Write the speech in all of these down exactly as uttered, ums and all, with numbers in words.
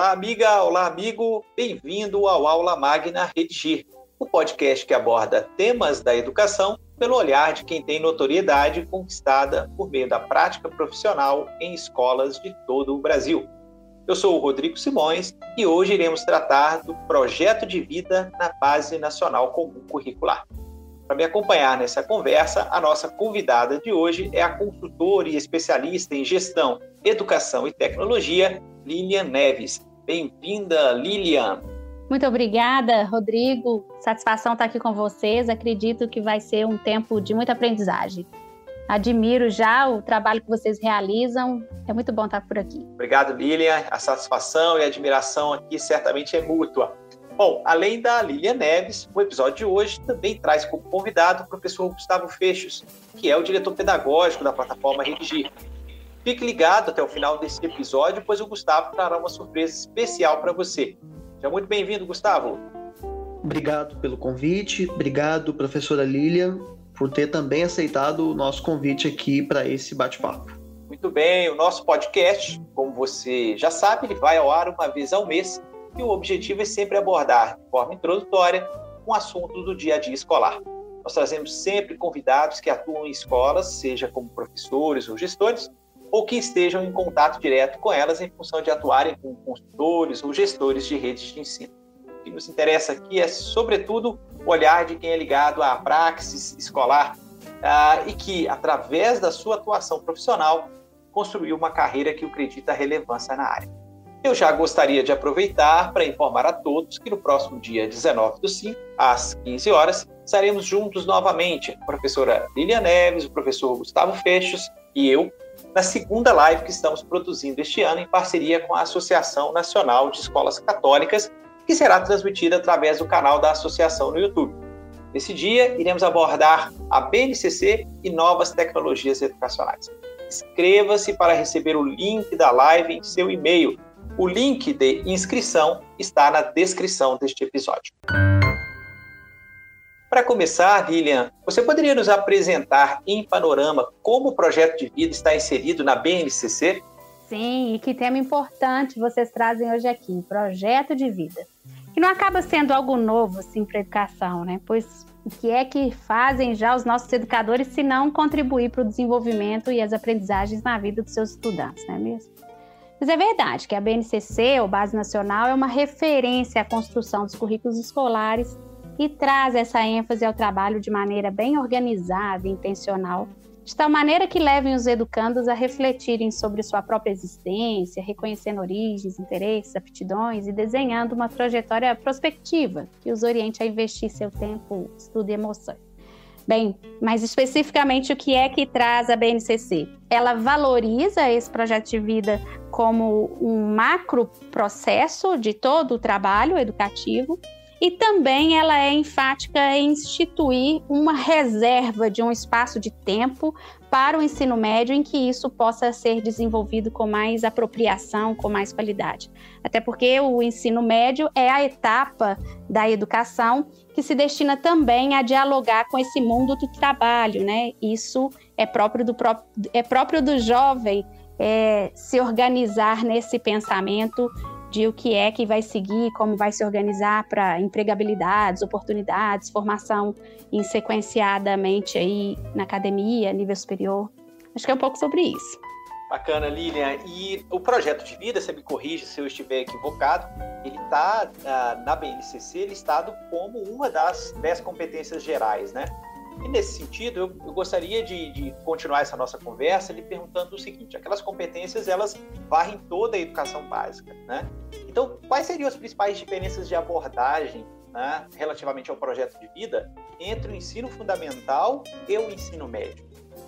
Olá, amiga, olá, amigo, bem-vindo ao Aula Magna Redigir, o podcast que aborda temas da educação pelo olhar de quem tem notoriedade conquistada por meio da prática profissional em escolas de todo o Brasil. Eu sou o Rodrigo Simões e hoje iremos tratar do projeto de vida na Base Nacional Comum Curricular. Para me acompanhar nessa conversa, a nossa convidada de hoje é a consultora e especialista em gestão, educação e tecnologia, Lilian Neves. Bem-vinda, Lilian! Muito obrigada, Rodrigo. Satisfação estar aqui com vocês. Acredito que vai ser um tempo de muita aprendizagem. Admiro já o trabalho que vocês realizam. É muito bom estar por aqui. Obrigado, Lilian. A satisfação e a admiração aqui certamente é mútua. Bom, além da Lilian Neves, o episódio de hoje também traz como convidado o professor Gustavo Fechos, que é o diretor pedagógico da plataforma Redigir. Fique ligado até o final desse episódio, pois o Gustavo trará uma surpresa especial para você. Seja muito bem-vindo, Gustavo. Obrigado pelo convite, obrigado, professora Lilian, por ter também aceitado o nosso convite aqui para esse bate-papo. Muito bem, o nosso podcast, como você já sabe, ele vai ao ar uma vez ao mês, e o objetivo é sempre abordar, de forma introdutória, um assunto do dia a dia escolar. Nós trazemos sempre convidados que atuam em escolas, seja como professores ou gestores, ou que estejam em contato direto com elas em função de atuarem como consultores ou gestores de redes de ensino. O que nos interessa aqui é, sobretudo, o olhar de quem é ligado à praxis escolar uh, e que, através da sua atuação profissional, construiu uma carreira que acredita relevância na área. Eu já gostaria de aproveitar para informar a todos que no próximo dia dezenove do cinco, às quinze horas, estaremos juntos novamente, a professora Lilian Neves, o professor Gustavo Fechos e eu, na segunda live que estamos produzindo este ano em parceria com a Associação Nacional de Escolas Católicas, que será transmitida através do canal da associação no YouTube. Nesse dia, iremos abordar a B N C C e novas tecnologias educacionais. Inscreva-se para receber o link da live em seu e-mail. O link de inscrição está na descrição deste episódio. Para começar, Lilian, você poderia nos apresentar em panorama como o projeto de vida está inserido na B N C C? Sim, e que tema importante vocês trazem hoje aqui, projeto de vida. Que não acaba sendo algo novo, assim, para a educação, né? Pois o que é que fazem já os nossos educadores se não contribuir para o desenvolvimento e as aprendizagens na vida dos seus estudantes, não é mesmo? Mas é verdade que a B N C C, ou Base Nacional, é uma referência à construção dos currículos escolares e traz essa ênfase ao trabalho de maneira bem organizada e intencional, de tal maneira que levem os educandos a refletirem sobre sua própria existência, reconhecendo origens, interesses, aptidões e desenhando uma trajetória prospectiva que os oriente a investir seu tempo, estudo e emoção. Bem, mais especificamente, o que é que traz a B N C C? Ela valoriza esse projeto de vida como um macro processo de todo o trabalho educativo e também ela é enfática em instituir uma reserva de um espaço de tempo para o ensino médio em que isso possa ser desenvolvido com mais apropriação, com mais qualidade. Até porque o ensino médio é a etapa da educação que se destina também a dialogar com esse mundo do trabalho, né? Isso é próprio do, é próprio do jovem é, se organizar nesse pensamento de o que é que vai seguir, como vai se organizar para empregabilidades, oportunidades, formação em sequenciadamente aí na academia, nível superior. Acho que é um pouco sobre isso. Bacana, Lilian. E o projeto de vida, você me corrige se eu estiver equivocado, ele está na B N C C listado como uma das dez competências gerais, né? E nesse sentido, eu, eu gostaria de, de continuar essa nossa conversa lhe perguntando o seguinte: aquelas competências, elas varrem toda a educação básica, né? Então, quais seriam as principais diferenças de abordagem, né, relativamente ao projeto de vida entre o ensino fundamental e o ensino médio?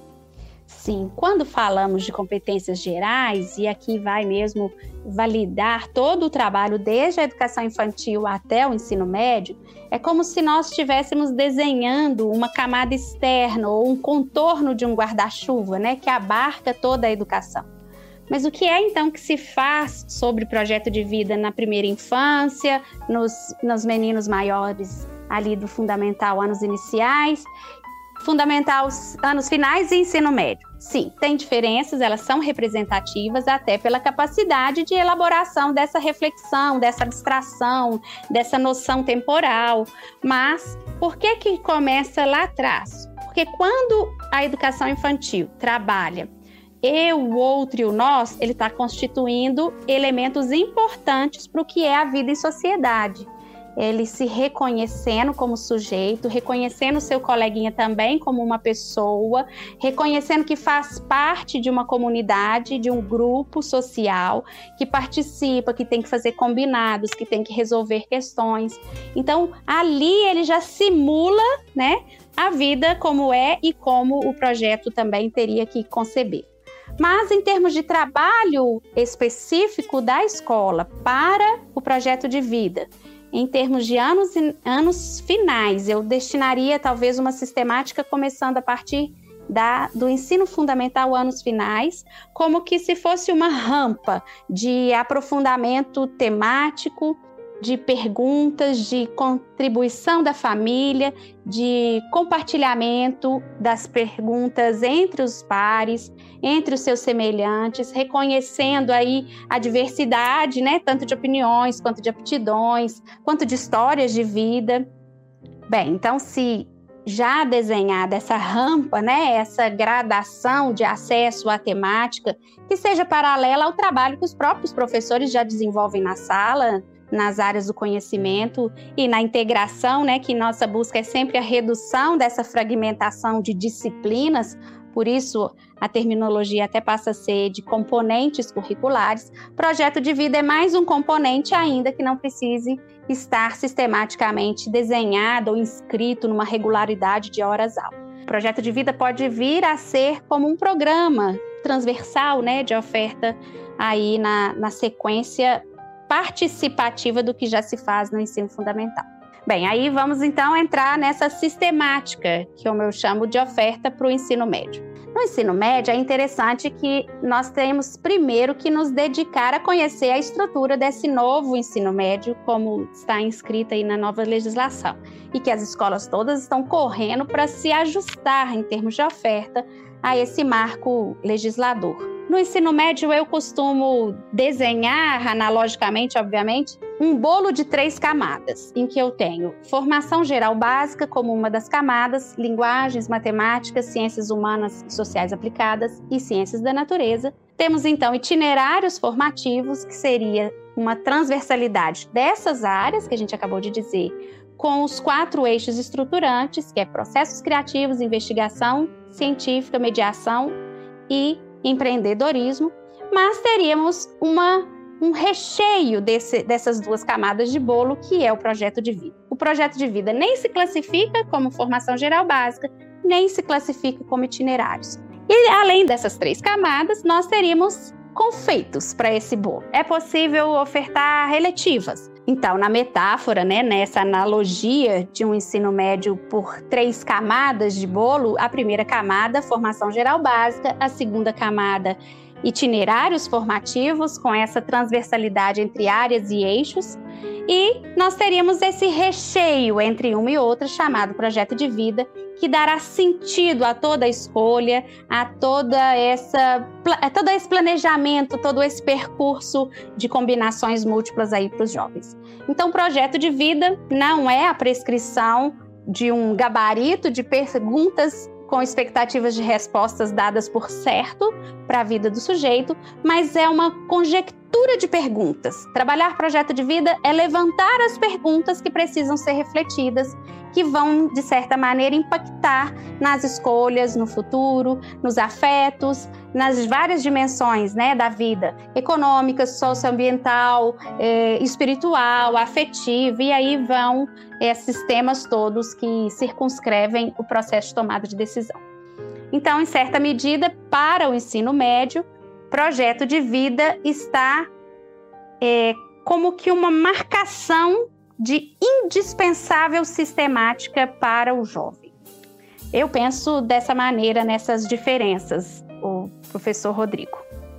Sim, quando falamos de competências gerais, e aqui vai mesmo validar todo o trabalho desde a educação infantil até o ensino médio, é como se nós estivéssemos desenhando uma camada externa ou um contorno de um guarda-chuva, né, que abarca toda a educação. Mas o que é então que se faz sobre o projeto de vida na primeira infância, nos, nos meninos maiores ali do fundamental, anos iniciais, fundamental, anos finais e ensino médio. Sim, tem diferenças, elas são representativas até pela capacidade de elaboração dessa reflexão, dessa abstração, dessa noção temporal. Mas por que que começa lá atrás? Porque quando a educação infantil trabalha eu, o outro e o nós, ele está constituindo elementos importantes para o que é a vida em sociedade. Ele se reconhecendo como sujeito, reconhecendo o seu coleguinha também como uma pessoa, reconhecendo que faz parte de uma comunidade, de um grupo social, que participa, que tem que fazer combinados, que tem que resolver questões. Então, ali ele já simula, né, a vida como é e como o projeto também teria que conceber. Mas, em termos de trabalho específico da escola para o projeto de vida, em termos de anos, anos finais, eu destinaria talvez uma sistemática começando a partir da, do ensino fundamental anos finais, como que se fosse uma rampa de aprofundamento temático, de perguntas, de contribuição da família, de compartilhamento das perguntas entre os pares, entre os seus semelhantes, reconhecendo aí a diversidade, né, tanto de opiniões, quanto de aptidões, quanto de histórias de vida. Bem, então se já desenhada essa rampa, né, essa gradação de acesso à temática, que seja paralela ao trabalho que os próprios professores já desenvolvem na sala, nas áreas do conhecimento e na integração, né, que nossa busca é sempre a redução dessa fragmentação de disciplinas, por isso a terminologia até passa a ser de componentes curriculares. Projeto de vida é mais um componente ainda que não precise estar sistematicamente desenhado ou inscrito numa regularidade de horas-aula. O projeto de vida pode vir a ser como um programa transversal, né, de oferta aí na, na sequência participativa do que já se faz no ensino fundamental. Bem, aí vamos então entrar nessa sistemática, que eu chamo de oferta para o ensino médio. No ensino médio é interessante que nós temos primeiro que nos dedicar a conhecer a estrutura desse novo ensino médio, como está inscrita aí na nova legislação, e que as escolas todas estão correndo para se ajustar em termos de oferta a esse marco legislador. No ensino médio, eu costumo desenhar, analogicamente, obviamente, um bolo de três camadas, em que eu tenho formação geral básica como uma das camadas, linguagens, matemáticas, ciências humanas e sociais aplicadas e ciências da natureza. Temos, então, itinerários formativos, que seria uma transversalidade dessas áreas, que a gente acabou de dizer, com os quatro eixos estruturantes, que é processos criativos, investigação científica, mediação e empreendedorismo, mas teríamos uma, um recheio desse, dessas duas camadas de bolo, que é o projeto de vida. O projeto de vida nem se classifica como formação geral básica, nem se classifica como itinerários. E além dessas três camadas, nós teríamos confeitos para esse bolo. É possível ofertar eletivas. Então, na metáfora, né, nessa analogia de um ensino médio por três camadas de bolo, a primeira camada, formação geral básica, a segunda camada, itinerários formativos, com essa transversalidade entre áreas e eixos, e nós teríamos esse recheio entre uma e outra, chamado projeto de vida, que dará sentido a toda a escolha, a toda essa, a todo esse planejamento, todo esse percurso de combinações múltiplas aí para os jovens. Então, projeto de vida não é a prescrição de um gabarito de perguntas com expectativas de respostas dadas por certo para a vida do sujeito, mas é uma conjectura de perguntas. Trabalhar projeto de vida é levantar as perguntas que precisam ser refletidas, que vão, de certa maneira, impactar nas escolhas, no futuro, nos afetos, nas várias dimensões, né, da vida, econômica, socioambiental, eh, espiritual, afetiva, e aí vão esses temas todos que circunscrevem o processo de tomada de decisão. Então, em certa medida, para o ensino médio, projeto de vida está eh, como que uma marcação de indispensável sistemática para o jovem. Eu penso dessa maneira, nessas diferenças, o professor Rodrigo.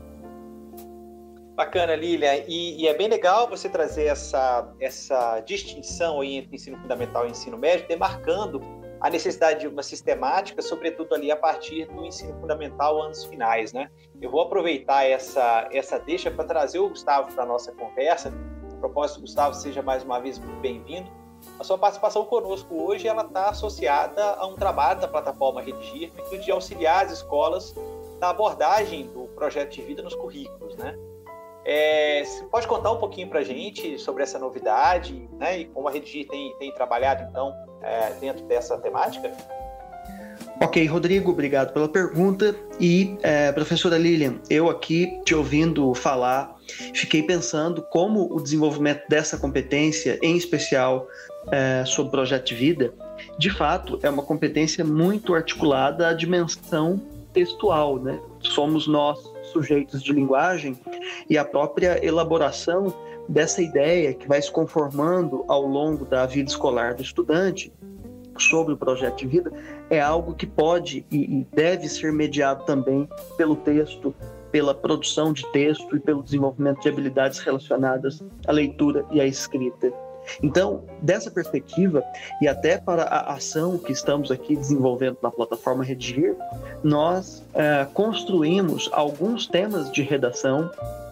Bacana, Lília. E, e é bem legal você trazer essa, essa distinção aí entre ensino fundamental e ensino médio, demarcando a necessidade de uma sistemática, sobretudo ali a partir do ensino fundamental, anos finais, né? Eu vou aproveitar essa, essa deixa para trazer o Gustavo para a nossa conversa. A propósito, Gustavo, seja mais uma vez muito bem-vindo. A sua participação conosco hoje ela está associada a um trabalho da plataforma Redigir, de auxiliar as escolas na abordagem do projeto de vida nos currículos, né? É, você pode contar um pouquinho para a gente sobre essa novidade, né, e como a Redigir tem, tem trabalhado, então, é, dentro dessa temática? Ok, Rodrigo, obrigado pela pergunta. E, é, professora Lilian, eu aqui te ouvindo falar, fiquei pensando como o desenvolvimento dessa competência, em especial é, sobre o projeto de vida, de fato, é uma competência muito articulada à dimensão textual, né? Somos nós, sujeitos de linguagem, e a própria elaboração dessa ideia que vai se conformando ao longo da vida escolar do estudante sobre o projeto de vida é algo que pode e deve ser mediado também pelo texto, pela produção de texto e pelo desenvolvimento de habilidades relacionadas à leitura e à escrita. Então, dessa perspectiva, e até para a ação que estamos aqui desenvolvendo na plataforma Redigir, nós é, construímos alguns temas de redação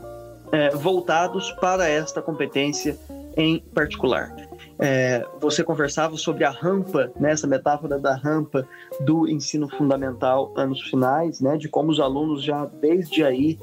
é, voltados para esta competência em particular. É, você conversava sobre a rampa, né, essa metáfora da rampa do ensino fundamental anos finais, né, de como os alunos já desde aí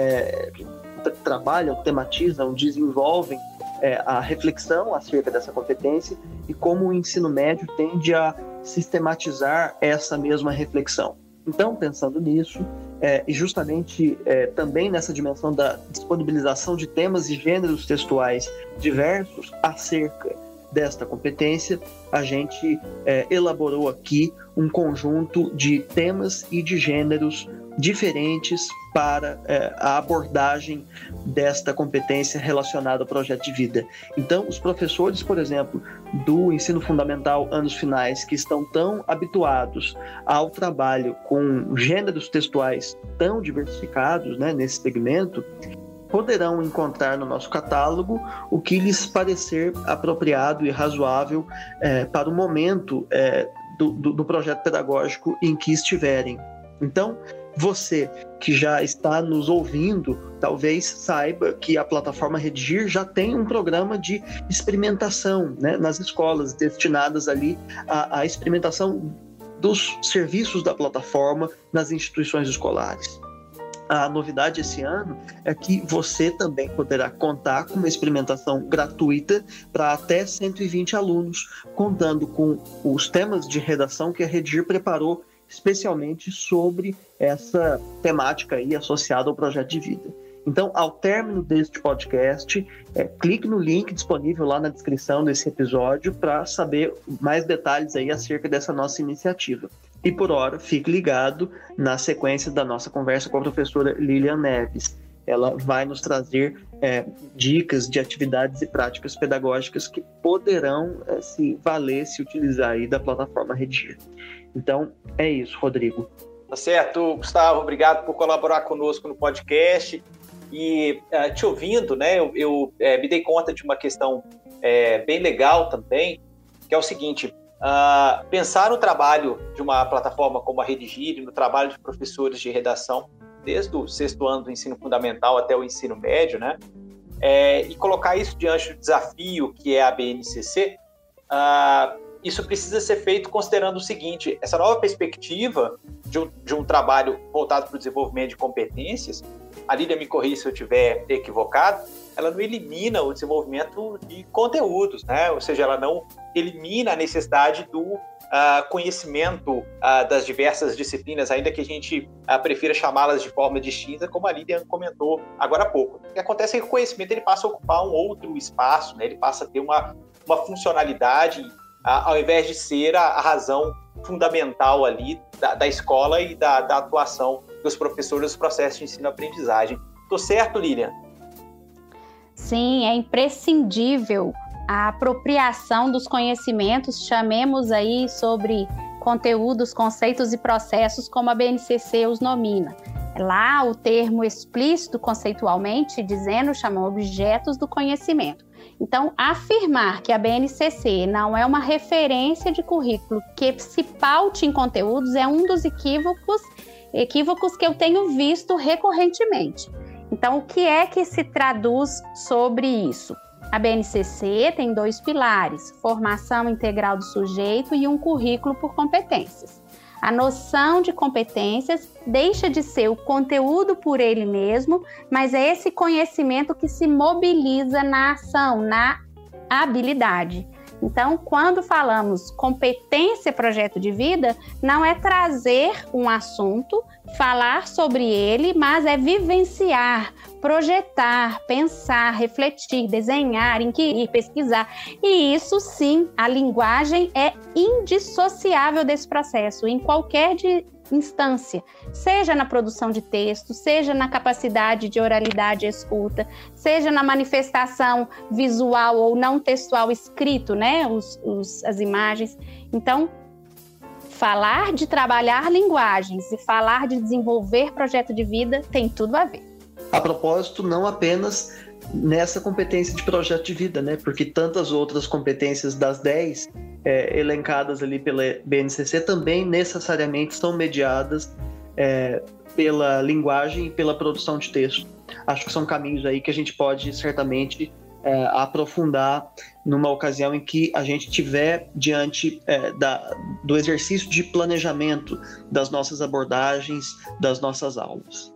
é, trabalham, tematizam, desenvolvem É, a reflexão acerca dessa competência e como o ensino médio tende a sistematizar essa mesma reflexão. Então, pensando nisso, é, e justamente é, também nessa dimensão da disponibilização de temas e gêneros textuais diversos acerca desta competência, a gente é, elaborou aqui um conjunto de temas e de gêneros diferentes para é, a abordagem desta competência relacionada ao projeto de vida. Então, os professores, por exemplo, do ensino fundamental anos finais, que estão tão habituados ao trabalho com gêneros textuais tão diversificados, né, nesse segmento, poderão encontrar no nosso catálogo o que lhes parecer apropriado e razoável é, para o momento é, do, do, do projeto pedagógico em que estiverem. Então, você que já está nos ouvindo, talvez saiba que a plataforma Redigir já tem um programa de experimentação, né, nas escolas, destinadas ali à, à experimentação dos serviços da plataforma nas instituições escolares. A novidade esse ano é que você também poderá contar com uma experimentação gratuita para até cento e vinte alunos, contando com os temas de redação que a Redigir preparou especialmente sobre essa temática aí associada ao projeto de vida. Então, ao término deste podcast, é, clique no link disponível lá na descrição desse episódio para saber mais detalhes aí acerca dessa nossa iniciativa. E por hora, fique ligado na sequência da nossa conversa com a professora Lilian Neves. Ela vai nos trazer é, dicas de atividades e práticas pedagógicas que poderão é, se valer, se utilizar aí da plataforma Redigir. Então, é isso, Rodrigo. Tá certo, Gustavo, obrigado por colaborar conosco no podcast. E uh, te ouvindo, né, eu, eu é, me dei conta de uma questão é, bem legal também, que é o seguinte: uh, pensar no trabalho de uma plataforma como a Redigir, no trabalho de professores de redação, desde o sexto ano do ensino fundamental até o ensino médio, né, é, e colocar isso diante do desafio que é a B N C C, uh, isso precisa ser feito considerando o seguinte: essa nova perspectiva de um, de um trabalho voltado para o desenvolvimento de competências, a Lília me corrija se eu estiver equivocado, ela não elimina o desenvolvimento de conteúdos, né? Ou seja, ela não elimina a necessidade do uh, conhecimento uh, das diversas disciplinas, ainda que a gente uh, prefira chamá-las de forma distinta, como a Lília comentou agora há pouco. O que acontece é que o conhecimento ele passa a ocupar um outro espaço, né? Ele passa a ter uma, uma funcionalidade, uh, ao invés de ser a, a razão fundamental ali da, da escola e da, da atuação dos professores nos processos de ensino-aprendizagem. Estou certo, Lilian? Sim, é imprescindível a apropriação dos conhecimentos, chamemos aí sobre conteúdos, conceitos e processos, como a B N C C os nomina. Lá o termo explícito conceitualmente dizendo chamam objetos do conhecimento. Então, afirmar que a B N C C não é uma referência de currículo que se paute em conteúdos é um dos equívocos, equívocos que eu tenho visto recorrentemente. Então, o que é que se traduz sobre isso? A B N C C tem dois pilares, formação integral do sujeito e um currículo por competências. A noção de competências deixa de ser o conteúdo por ele mesmo, mas é esse conhecimento que se mobiliza na ação, na habilidade. Então, quando falamos competência projeto de vida, não é trazer um assunto, falar sobre ele, mas é vivenciar, projetar, pensar, refletir, desenhar, inquirir, pesquisar. E isso sim, a linguagem é indissociável desse processo, em qualquer de instância, seja na produção de texto, seja na capacidade de oralidade e escuta, seja na manifestação visual ou não textual escrito, né, os, os, as imagens. Então, falar de trabalhar linguagens e falar de desenvolver projeto de vida tem tudo a ver. A propósito, não apenas nessa competência de projeto de vida, né? Porque tantas outras competências das dez é, elencadas ali pela B N C C também necessariamente são mediadas é, pela linguagem e pela produção de texto. Acho que são caminhos aí que a gente pode certamente é, aprofundar numa ocasião em que a gente tiver diante é, da, do exercício de planejamento das nossas abordagens, das nossas aulas.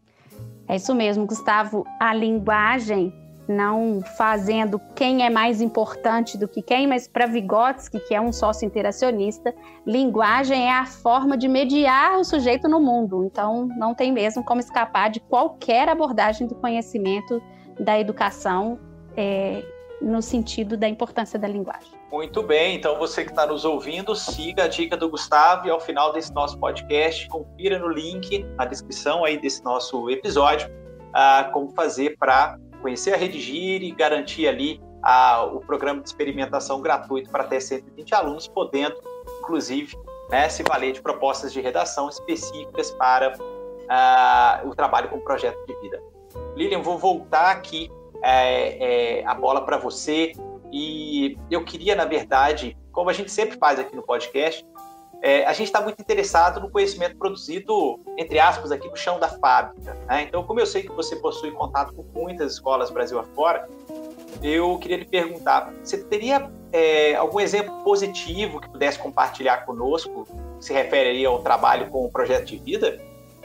É isso mesmo, Gustavo. A linguagem, não fazendo quem é mais importante do que quem, mas para Vygotsky, que é um sócio interacionista, linguagem é a forma de mediar o sujeito no mundo. Então, não tem mesmo como escapar de qualquer abordagem do conhecimento da educação é, no sentido da importância da linguagem. Muito bem, então você que está nos ouvindo, siga a dica do Gustavo e ao final desse nosso podcast, confira no link, na descrição aí desse nosso episódio, ah, como fazer para conhecer a Redigir e garantir ali ah, o programa de experimentação gratuito para até cento e vinte alunos, podendo, inclusive, né, se valer de propostas de redação específicas para ah, o trabalho com projeto de vida. Lilian, vou voltar aqui é, é, a bola para você. E eu queria, na verdade, como a gente sempre faz aqui no podcast, é, a gente está muito interessado no conhecimento produzido, entre aspas, aqui no chão da fábrica, né? Então, como eu sei que você possui contato com muitas escolas Brasil afora, eu queria lhe perguntar, você teria é, algum exemplo positivo que pudesse compartilhar conosco, que se refere aí ao trabalho com o projeto de vida?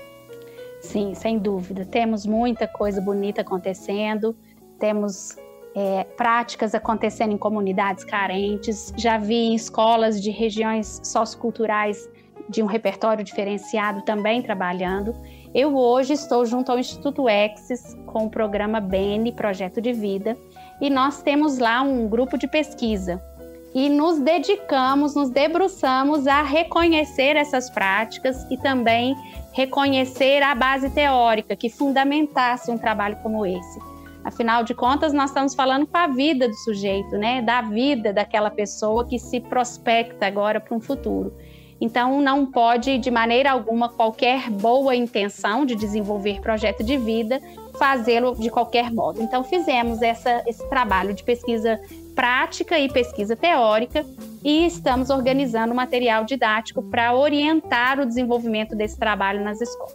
Sim, sem dúvida. Temos muita coisa bonita acontecendo, temos... É, práticas acontecendo em comunidades carentes, já vi em escolas de regiões socioculturais de um repertório diferenciado também trabalhando. Eu hoje estou junto ao Instituto Exis com o programa B E N, Projeto de Vida, e nós temos lá um grupo de pesquisa e nos dedicamos, nos debruçamos a reconhecer essas práticas e também reconhecer a base teórica que fundamentasse um trabalho como esse. Afinal de contas, nós estamos falando com a vida do sujeito, né? Da vida daquela pessoa que se prospecta agora para um futuro. Então, não pode, de maneira alguma, qualquer boa intenção de desenvolver projeto de vida, fazê-lo de qualquer modo. Então, fizemos essa, esse trabalho de pesquisa prática e pesquisa teórica e estamos organizando material didático para orientar o desenvolvimento desse trabalho nas escolas.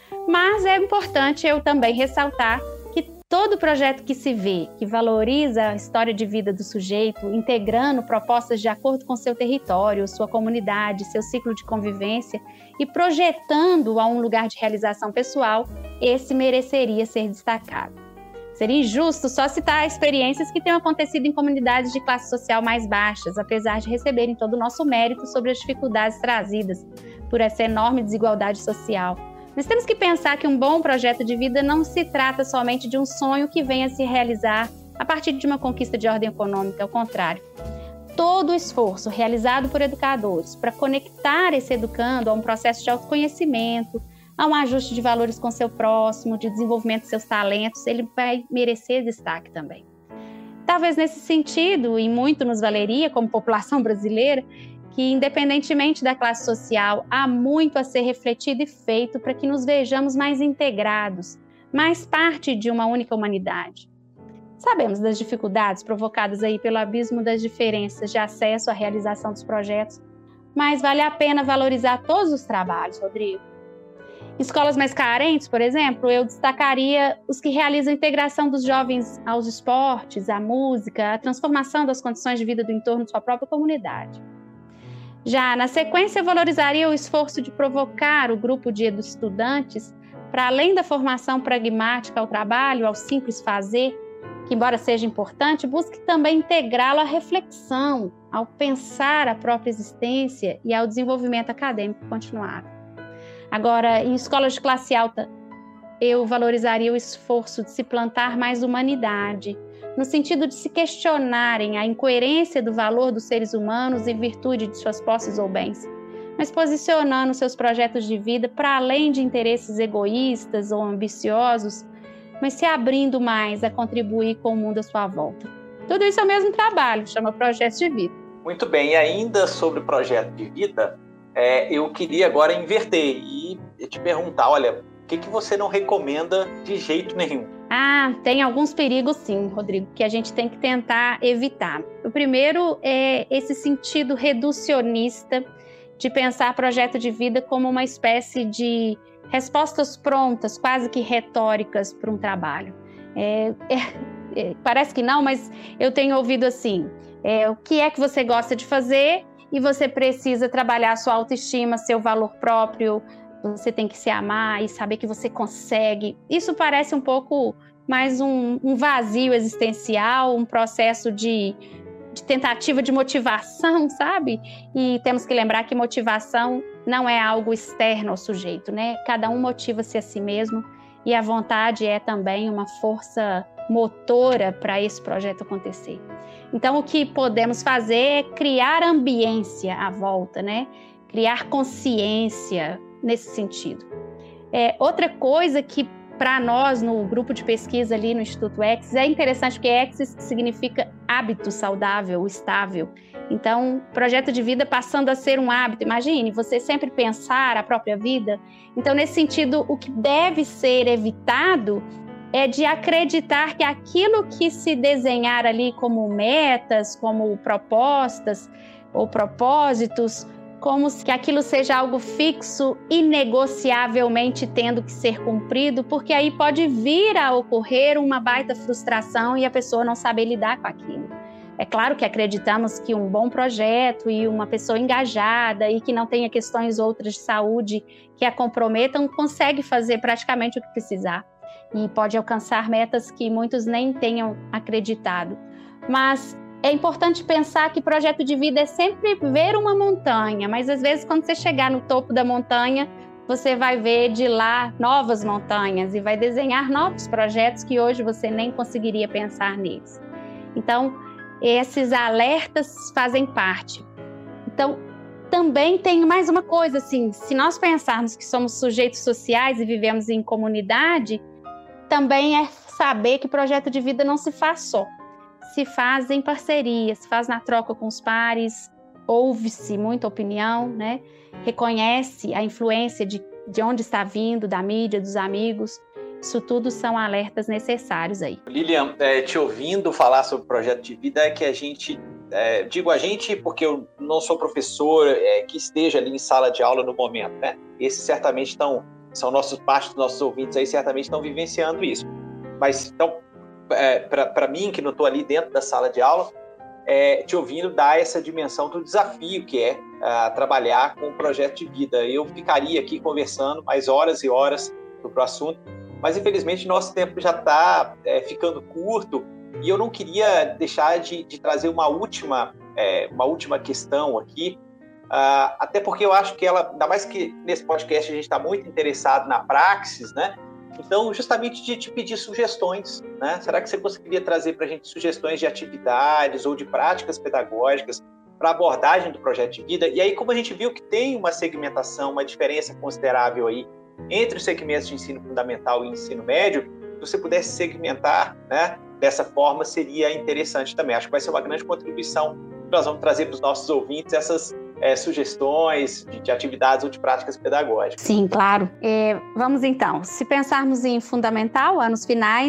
Mas é importante eu também ressaltar todo projeto que se vê, que valoriza a história de vida do sujeito, integrando propostas de acordo com seu território, sua comunidade, seu ciclo de convivência e projetando a um lugar de realização pessoal, esse mereceria ser destacado. Seria injusto só citar experiências que tenham acontecido em comunidades de classe social mais baixas, apesar de receberem todo o nosso mérito sobre as dificuldades trazidas por essa enorme desigualdade social. Nós temos que pensar que um bom projeto de vida não se trata somente de um sonho que venha a se realizar a partir de uma conquista de ordem econômica, ao contrário. Todo o esforço realizado por educadores para conectar esse educando a um processo de autoconhecimento, a um ajuste de valores com seu próximo, de desenvolvimento de seus talentos, ele vai merecer destaque também. Talvez nesse sentido, e muito nos valeria como população brasileira, que, independentemente da classe social, há muito a ser refletido e feito para que nos vejamos mais integrados, mais parte de uma única humanidade. Sabemos das dificuldades provocadas aí pelo abismo das diferenças de acesso à realização dos projetos, mas vale a pena valorizar todos os trabalhos, Rodrigo. Escolas mais carentes, por exemplo, eu destacaria os que realizam a integração dos jovens aos esportes, à música, a transformação das condições de vida do entorno de sua própria comunidade. Já na sequência, eu valorizaria o esforço de provocar o grupo de estudantes para, além da formação pragmática ao trabalho, ao simples fazer, que, embora seja importante, busque também integrá-lo à reflexão, ao pensar a própria existência e ao desenvolvimento acadêmico continuado. Agora, em escolas de classe alta, eu valorizaria o esforço de se plantar mais humanidade, no sentido de se questionarem a incoerência do valor dos seres humanos em virtude de suas posses ou bens, mas posicionando seus projetos de vida para além de interesses egoístas ou ambiciosos, mas se abrindo mais a contribuir com o mundo à sua volta. Tudo isso é o mesmo trabalho, chama Projeto de Vida. Muito bem, e ainda sobre o Projeto de Vida, é, eu queria agora inverter e te perguntar, olha, o que, que você não recomenda de jeito nenhum? Ah, tem alguns perigos sim, Rodrigo, que a gente tem que tentar evitar. O primeiro é esse sentido reducionista de pensar projeto de vida como uma espécie de respostas prontas, quase que retóricas para um trabalho. É, é, é, parece que não, mas eu tenho ouvido assim, é, o que é que você gosta de fazer e você precisa trabalhar a sua autoestima, seu valor próprio, você tem que se amar e saber que você consegue. Isso parece um pouco mais um, um vazio existencial, um processo de, de tentativa de motivação, sabe? E temos que lembrar que motivação não é algo externo ao sujeito, né? Cada um motiva-se a si mesmo e a vontade é também uma força motora para esse projeto acontecer. Então, o que podemos fazer é criar ambiência à volta, né? Criar consciência nesse sentido. É, outra coisa que, para nós, no grupo de pesquisa ali no Instituto Exis, é interessante porque Exis significa hábito saudável, estável. Então, projeto de vida passando a ser um hábito. Imagine, você sempre pensar a própria vida. Então, nesse sentido, o que deve ser evitado é de acreditar que aquilo que se desenhar ali como metas, como propostas ou propósitos, como se aquilo seja algo fixo, inegociavelmente tendo que ser cumprido, porque aí pode vir a ocorrer uma baita frustração e a pessoa não saber lidar com aquilo. É claro que acreditamos que um bom projeto e uma pessoa engajada e que não tenha questões outras de saúde que a comprometam, consegue fazer praticamente o que precisar e pode alcançar metas que muitos nem tenham acreditado. Mas é importante pensar que projeto de vida é sempre ver uma montanha, mas às vezes quando você chegar no topo da montanha, você vai ver de lá novas montanhas e vai desenhar novos projetos que hoje você nem conseguiria pensar neles. Então, esses alertas fazem parte. Então, também tem mais uma coisa, assim, se nós pensarmos que somos sujeitos sociais e vivemos em comunidade, também é saber que projeto de vida não se faz só. Se faz em parceria, se faz na troca com os pares, ouve-se muita opinião, né? Reconhece a influência de, de onde está vindo, da mídia, dos amigos. Isso tudo são alertas necessários aí. Lilian, é, te ouvindo falar sobre o projeto de vida é que a gente, é, digo a gente porque eu não sou professor é, que esteja ali em sala de aula no momento, né? Esses certamente estão, são nossos, parte dos nossos ouvintes aí certamente estão vivenciando isso. Mas, então, é, para mim, que não estou ali dentro da sala de aula, é, te ouvindo dá essa dimensão do desafio que é uh, trabalhar com o projeto de vida. Eu ficaria aqui conversando mais horas e horas sobre o assunto, mas infelizmente nosso tempo já está é, ficando curto e eu não queria deixar de, de trazer uma última, é, uma última questão aqui, uh, até porque eu acho que ela, ainda mais que nesse podcast a gente está muito interessado na praxis, né? Então, justamente de te pedir sugestões, né? Será que você conseguiria trazer para a gente sugestões de atividades ou de práticas pedagógicas para abordagem do projeto de vida? E aí, como a gente viu que tem uma segmentação, uma diferença considerável aí entre os segmentos de ensino fundamental e ensino médio, se você pudesse segmentar, né, dessa forma, seria interessante também. Acho que vai ser uma grande contribuição que nós vamos trazer para os nossos ouvintes essas É, sugestões de, de atividades ou de práticas pedagógicas. Sim, claro. É, vamos então, se pensarmos em fundamental, anos finais,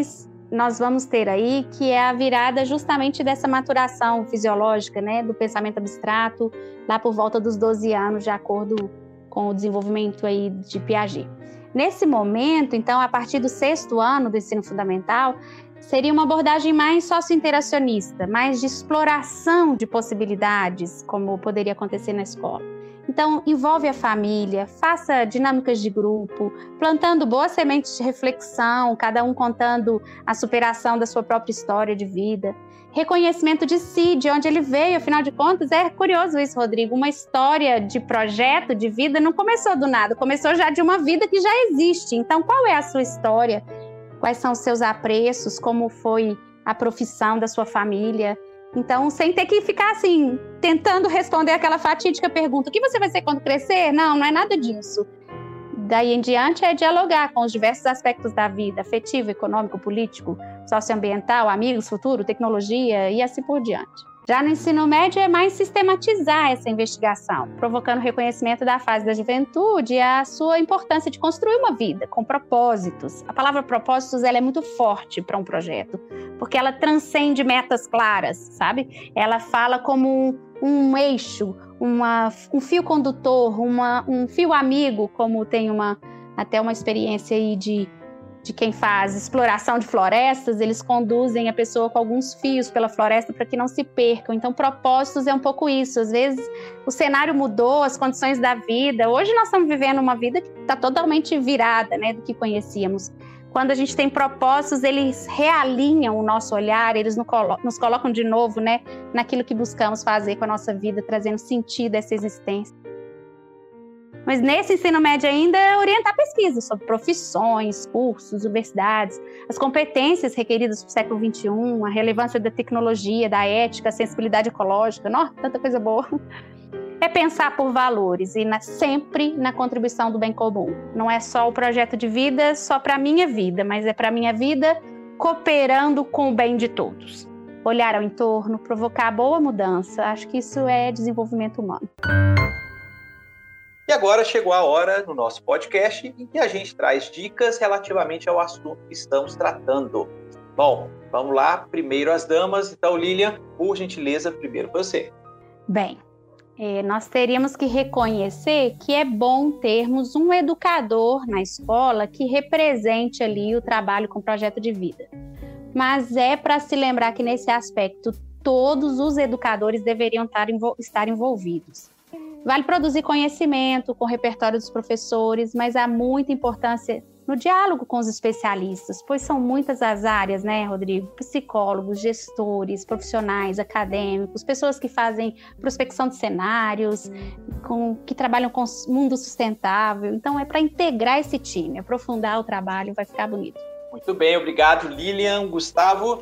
nós vamos ter aí, que é a virada justamente dessa maturação fisiológica, né, do pensamento abstrato, lá por volta dos doze anos, de acordo com o desenvolvimento aí de Piaget. Nesse momento, então, a partir do sexto ano do ensino fundamental, seria uma abordagem mais socio-interacionista, mais de exploração de possibilidades, como poderia acontecer na escola. Então, envolve a família, faça dinâmicas de grupo, plantando boas sementes de reflexão, cada um contando a superação da sua própria história de vida. Reconhecimento de si, de onde ele veio, afinal de contas, é curioso isso, Rodrigo, uma história de projeto de vida não começou do nada, começou já de uma vida que já existe. Então, qual é a sua história? Quais são os seus apreços? Como foi a profissão da sua família? Então, sem ter que ficar assim, tentando responder aquela fatídica pergunta: o que você vai ser quando crescer? Não, não é nada disso. Daí em diante é dialogar com os diversos aspectos da vida, afetivo, econômico, político, socioambiental, amigos, futuro, tecnologia e assim por diante. Já no ensino médio é mais sistematizar essa investigação, provocando o reconhecimento da fase da juventude e a sua importância de construir uma vida com propósitos. A palavra propósitos ela é muito forte para um projeto, porque ela transcende metas claras, sabe? Ela fala como um, um eixo, uma, um fio condutor, uma, um fio amigo, como tem uma, até uma experiência aí de de quem faz exploração de florestas, eles conduzem a pessoa com alguns fios pela floresta para que não se percam. Então, propósitos é um pouco isso. Às vezes, o cenário mudou, as condições da vida. Hoje, nós estamos vivendo uma vida que está totalmente virada, né, do que conhecíamos. Quando a gente tem propósitos, eles realinham o nosso olhar, eles nos colocam de novo, né, naquilo que buscamos fazer com a nossa vida, trazendo sentido a essa existência. Mas nesse ensino médio ainda, orientar pesquisas sobre profissões, cursos, universidades, as competências requeridas para o século vinte e um, a relevância da tecnologia, da ética, a sensibilidade ecológica, nossa, tanta coisa boa. É pensar por valores e na, sempre na contribuição do bem comum. Não é só o projeto de vida, só para a minha vida, mas é para a minha vida cooperando com o bem de todos. Olhar ao entorno, provocar boa mudança, acho que isso é desenvolvimento humano. E agora chegou a hora no nosso podcast em que a gente traz dicas relativamente ao assunto que estamos tratando. Bom, vamos lá, primeiro as damas. Então, Lilian, por gentileza, primeiro você. Bem, eh, nós teríamos que reconhecer que é bom termos um educador na escola que represente ali o trabalho com projeto de vida. Mas é para se lembrar que nesse aspecto todos os educadores deveriam estar, envol- estar envolvidos. Vale produzir conhecimento com o repertório dos professores, mas há muita importância no diálogo com os especialistas, pois são muitas as áreas, né, Rodrigo? Psicólogos, gestores, profissionais, acadêmicos, pessoas que fazem prospecção de cenários, com, que trabalham com o mundo sustentável. Então, é para integrar esse time, aprofundar o trabalho, vai ficar bonito. Muito bem, obrigado, Lilian. Gustavo?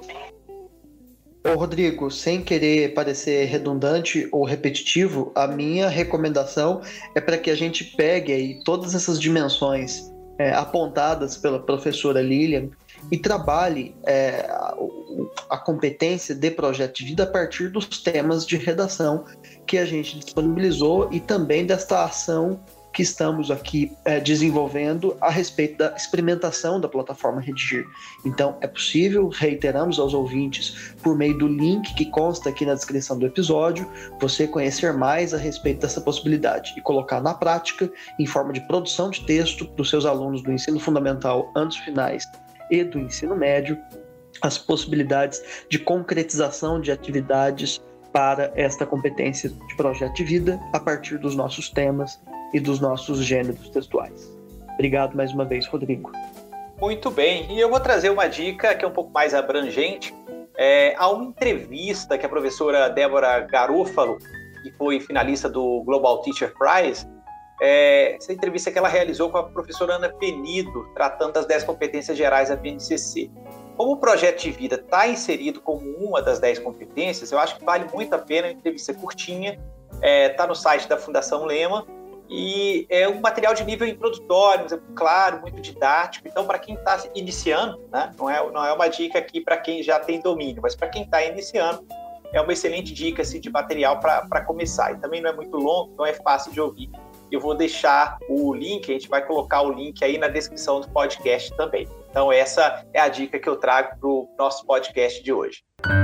Ô, Rodrigo, sem querer parecer redundante ou repetitivo, a minha recomendação é para que a gente pegue aí todas essas dimensões é, apontadas pela professora Lilian e trabalhe é, a, a competência de projeto de vida a partir dos temas de redação que a gente disponibilizou e também desta ação que estamos aqui é, desenvolvendo a respeito da experimentação da plataforma Redigir. Então, é possível, reiteramos aos ouvintes, por meio do link que consta aqui na descrição do episódio, você conhecer mais a respeito dessa possibilidade e colocar na prática, em forma de produção de texto para os seus alunos do ensino fundamental, anos finais e do ensino médio, as possibilidades de concretização de atividades para esta competência de projeto de vida a partir dos nossos temas e dos nossos gêneros textuais. Obrigado mais uma vez, Rodrigo. Muito bem, e eu vou trazer uma dica que é um pouco mais abrangente. É, há uma entrevista que a professora Débora Garofalo, que foi finalista do Global Teacher Prize, é, essa entrevista que ela realizou com a professora Ana Penido, tratando das dez competências gerais da B N C C. Como o projeto de vida está inserido como uma das dez competências, eu acho que vale muito a pena, a entrevista curtinha, está é, no site da Fundação Lema, e é um material de nível introdutório, claro, muito didático. Então, para quem está iniciando, né, não, é, não é uma dica aqui para quem já tem domínio, mas para quem está iniciando, é uma excelente dica assim, de material para começar. E também não é muito longo, então é fácil de ouvir Eu vou deixar o link, a gente vai colocar o link aí na descrição do podcast também. Então essa é a dica que eu trago para o nosso podcast de hoje.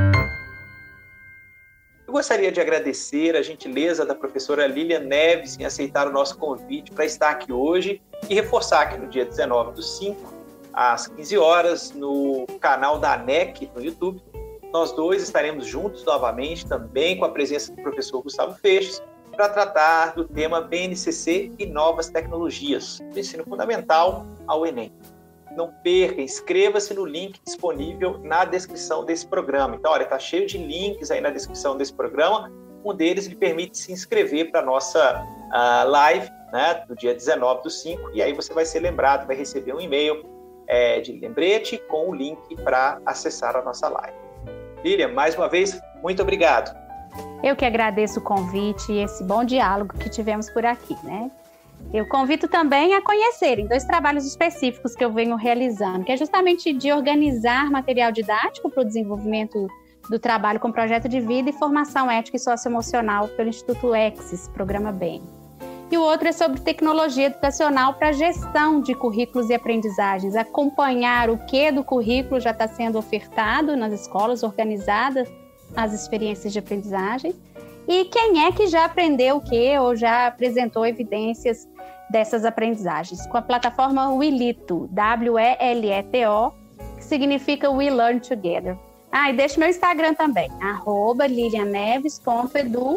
Eu gostaria de agradecer a gentileza da professora Lilian Neves em aceitar o nosso convite para estar aqui hoje e reforçar que no dia dezenove do cinco, às quinze horas, no canal da A N E C no YouTube, nós dois estaremos juntos novamente, também com a presença do professor Gustavo Feixes, para tratar do tema B N C C e novas tecnologias, do ensino fundamental ao Enem. Não perca, inscreva-se no link disponível na descrição desse programa. Então, olha, está cheio de links aí na descrição desse programa. Um deles lhe permite se inscrever para a nossa uh, live, né, do dia dezenove do cinco, e aí você vai ser lembrado, vai receber um e-mail é, de lembrete com o link para acessar a nossa live. Lilian, mais uma vez, muito obrigado. Eu que agradeço o convite e esse bom diálogo que tivemos por aqui, né? Eu convido também a conhecerem dois trabalhos específicos que eu venho realizando, que é justamente de organizar material didático para o desenvolvimento do trabalho com projeto de vida e formação ética e socioemocional pelo Instituto Exis, Programa B E M. E o outro é sobre tecnologia educacional para gestão de currículos e aprendizagens, acompanhar o que do currículo já está sendo ofertado nas escolas, organizadas as experiências de aprendizagem, e quem é que já aprendeu o que ou já apresentou evidências dessas aprendizagens, com a plataforma Wilito, W E L E T O, que significa We Learn Together. Ah, e deixa meu Instagram também, arroba lilianeves ponto edu.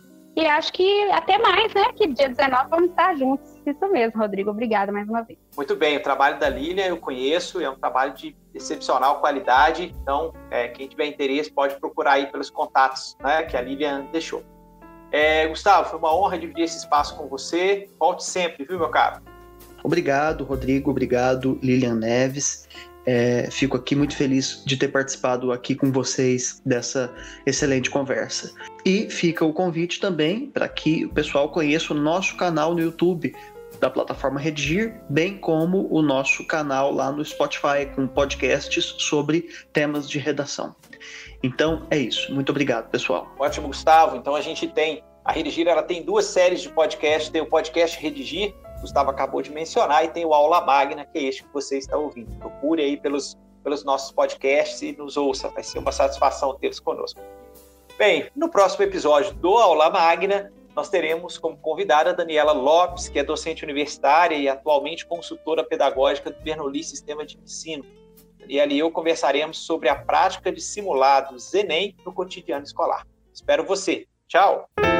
E acho que até mais, né? Que dia dezenove vamos estar juntos. Isso mesmo, Rodrigo. Obrigada mais uma vez. Muito bem, o trabalho da Lilian eu conheço, é um trabalho de excepcional qualidade. Então, é, quem tiver interesse pode procurar aí pelos contatos, né, que a Lilian deixou. É, Gustavo, foi uma honra dividir esse espaço com você. Volte sempre, viu, meu caro? Obrigado, Rodrigo. Obrigado, Lilian Neves. É, fico aqui muito feliz de ter participado aqui com vocês dessa excelente conversa. E fica o convite também para que o pessoal conheça o nosso canal no YouTube da plataforma Redigir, bem como o nosso canal lá no Spotify com podcasts sobre temas de redação. Então é isso. Muito obrigado, pessoal. Ótimo, Gustavo. Então a gente tem, a Redigir ela tem duas séries de podcast, tem o podcast Redigir, o Gustavo acabou de mencionar, e tem o Aula Magna, que é este que você está ouvindo. Procure aí pelos, pelos nossos podcasts e nos ouça, vai ser uma satisfação tê-los conosco. Bem, no próximo episódio do Aula Magna, nós teremos como convidada a Daniela Lopes, que é docente universitária e atualmente consultora pedagógica do Bernoulli Sistema de Ensino. E ali eu conversaremos sobre a prática de simulados Enem no cotidiano escolar. Espero você. Tchau!